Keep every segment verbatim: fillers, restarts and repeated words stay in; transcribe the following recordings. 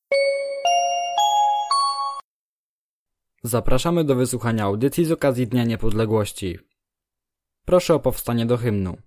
Zapraszamy do wysłuchania audycji z okazji Dnia Niepodległości. Proszę o powstanie do hymnu.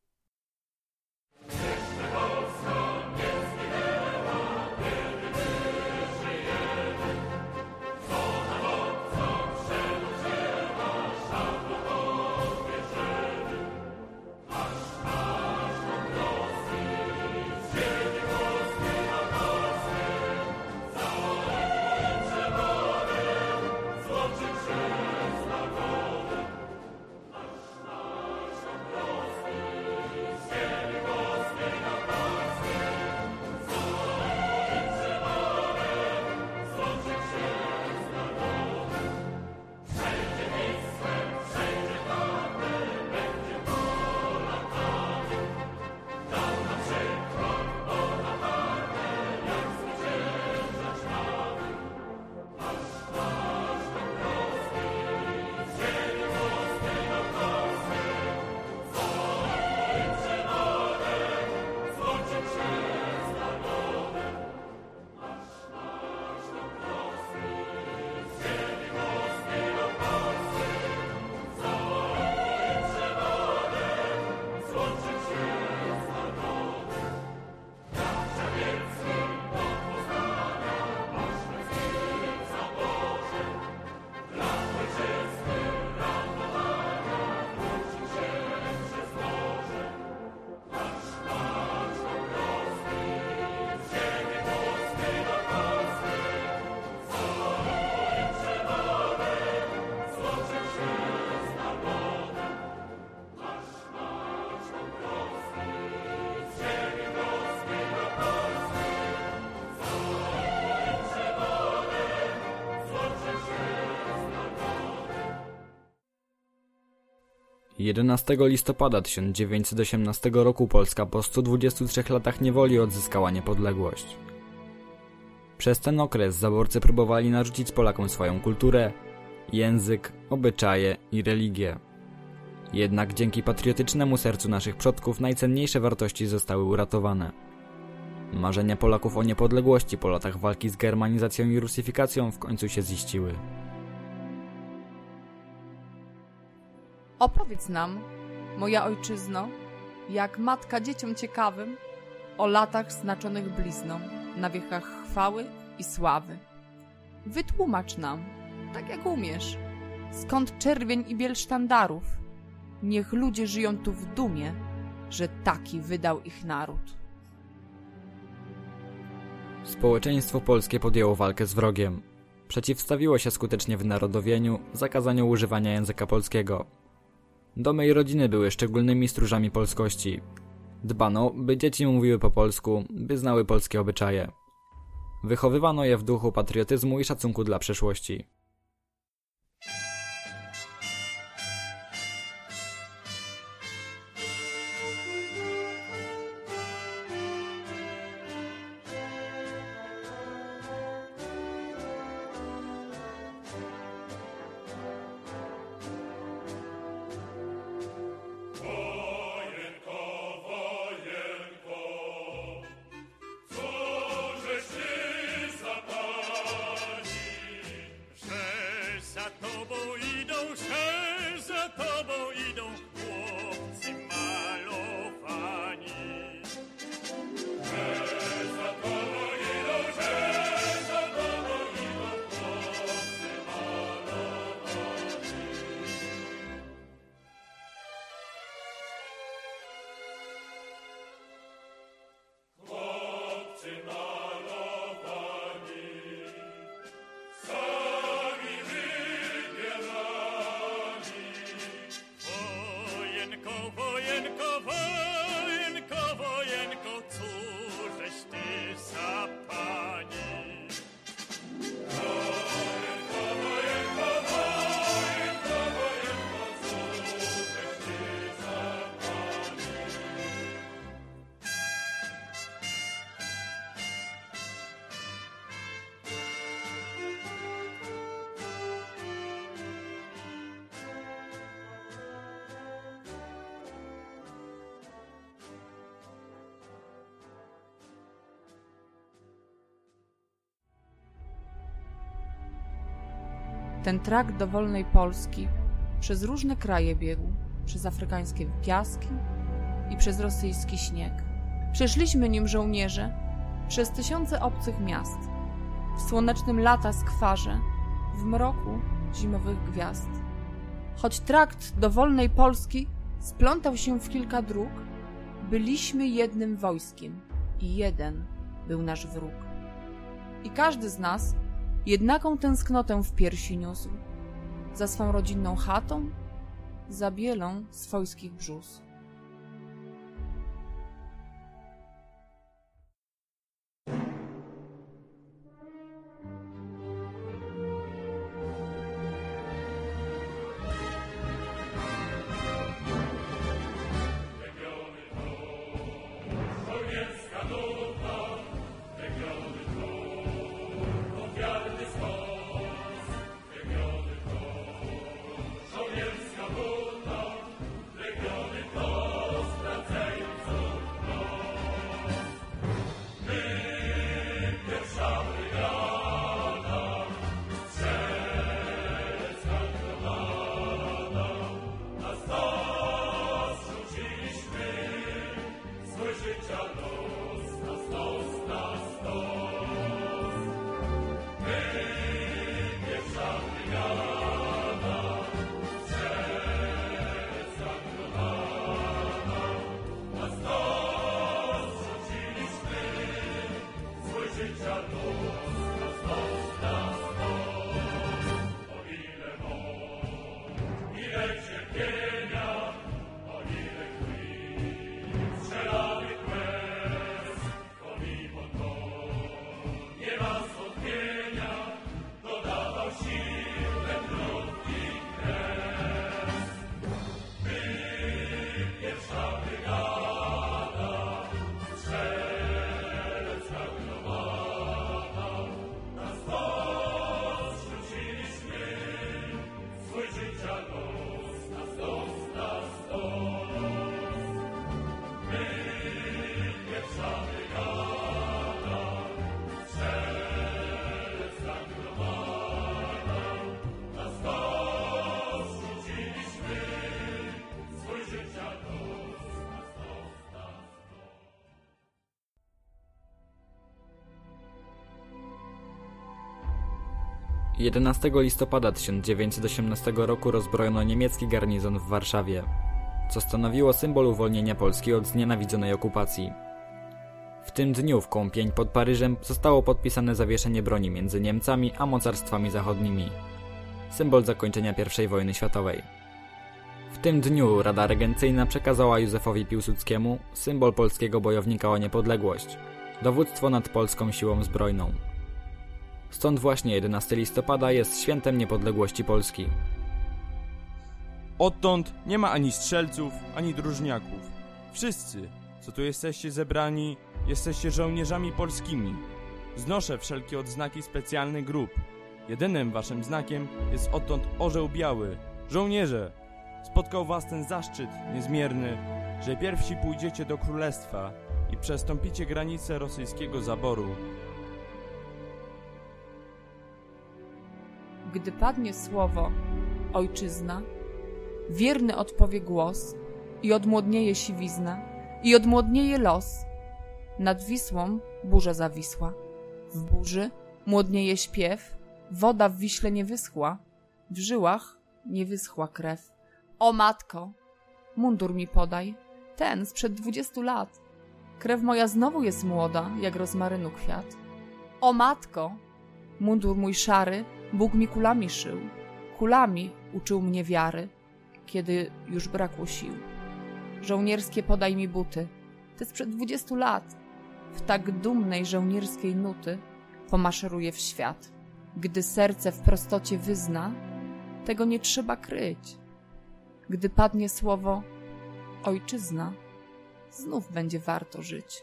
jedenastego listopada tysiąc dziewięćset osiemnastego roku Polska po stu dwudziestu trzech latach niewoli odzyskała niepodległość. Przez ten okres zaborcy próbowali narzucić Polakom swoją kulturę, język, obyczaje i religię. Jednak dzięki patriotycznemu sercu naszych przodków najcenniejsze wartości zostały uratowane. Marzenia Polaków o niepodległości po latach walki z germanizacją i rusyfikacją w końcu się ziściły. Opowiedz nam, moja ojczyzno, jak matka dzieciom ciekawym, o latach znaczonych blizną, na wiekach chwały i sławy. Wytłumacz nam, tak jak umiesz, skąd czerwień i biel sztandarów. Niech ludzie żyją tu w dumie, że taki wydał ich naród. Społeczeństwo polskie podjęło walkę z wrogiem. Przeciwstawiło się skutecznie wynarodowieniu, zakazaniu używania języka polskiego. Domy i rodziny były szczególnymi stróżami polskości. Dbano, by dzieci mówiły po polsku, by znały polskie obyczaje. Wychowywano je w duchu patriotyzmu i szacunku dla przeszłości. Ten trakt do wolnej Polski przez różne kraje biegł, przez afrykańskie piaski i przez rosyjski śnieg. Przeszliśmy nim żołnierze przez tysiące obcych miast, w słonecznym lata skwarze, w mroku zimowych gwiazd. Choć trakt do wolnej Polski splątał się w kilka dróg, byliśmy jednym wojskiem i jeden był nasz wróg. I każdy z nas jednaką tęsknotę w piersi niósł, za swą rodzinną chatą, za bielą swojskich brzus. jedenastego listopada tysiąc dziewięćset osiemnastego roku rozbrojono niemiecki garnizon w Warszawie, co stanowiło symbol uwolnienia Polski od znienawidzonej okupacji. W tym dniu w Kąpień pod Paryżem zostało podpisane zawieszenie broni między Niemcami a mocarstwami zachodnimi, symbol zakończenia pierwszej wojny światowej. W tym dniu Rada Regencyjna przekazała Józefowi Piłsudskiemu symbol polskiego bojownika o niepodległość, dowództwo nad polską siłą zbrojną. Stąd właśnie jedenastego listopada jest świętem niepodległości Polski. Odtąd nie ma ani strzelców, ani dróżniaków. Wszyscy, co tu jesteście zebrani, jesteście żołnierzami polskimi. Znoszę wszelkie odznaki specjalnych grup. Jedynym waszym znakiem jest odtąd orzeł biały. Żołnierze, spotkał was ten zaszczyt niezmierny, że pierwsi pójdziecie do królestwa i przestąpicie granicę rosyjskiego zaboru. Gdy padnie słowo ojczyzna, wierny odpowie głos i odmłodnieje siwizna i odmłodnieje los. Nad Wisłą burza zawisła, w burzy młodnieje śpiew, woda w Wiśle nie wyschła, w żyłach nie wyschła krew. O matko, mundur mi podaj, ten sprzed dwudziestu lat. Krew moja znowu jest młoda, jak rozmarynu kwiat. O matko, mundur mój szary Bóg mi kulami szył, kulami uczył mnie wiary, kiedy już brakło sił. Żołnierskie podaj mi buty, te sprzed dwudziestu lat. W tak dumnej żołnierskiej nuty pomaszeruję w świat. Gdy serce w prostocie wyzna, tego nie trzeba kryć. Gdy padnie słowo ojczyzna, znów będzie warto żyć.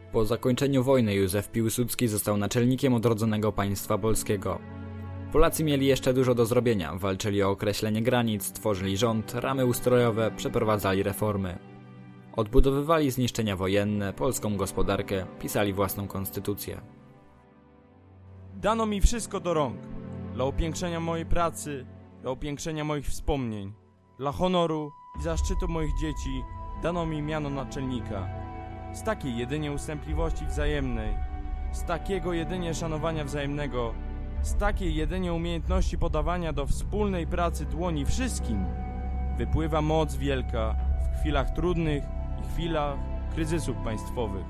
Po zakończeniu wojny Józef Piłsudski został naczelnikiem odrodzonego państwa polskiego. Polacy mieli jeszcze dużo do zrobienia, walczyli o określenie granic, tworzyli rząd, ramy ustrojowe, przeprowadzali reformy. Odbudowywali zniszczenia wojenne, polską gospodarkę, pisali własną konstytucję. Dano mi wszystko do rąk. Dla upiększenia mojej pracy, dla upiększenia moich wspomnień, dla honoru i zaszczytu moich dzieci dano mi miano naczelnika. Z takiej jedynie ustępliwości wzajemnej, z takiego jedynie szanowania wzajemnego, z takiej jedynie umiejętności podawania do wspólnej pracy dłoni wszystkim, wypływa moc wielka w chwilach trudnych i chwilach kryzysów państwowych.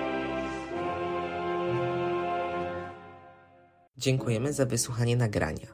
Dziękujemy za wysłuchanie nagrania.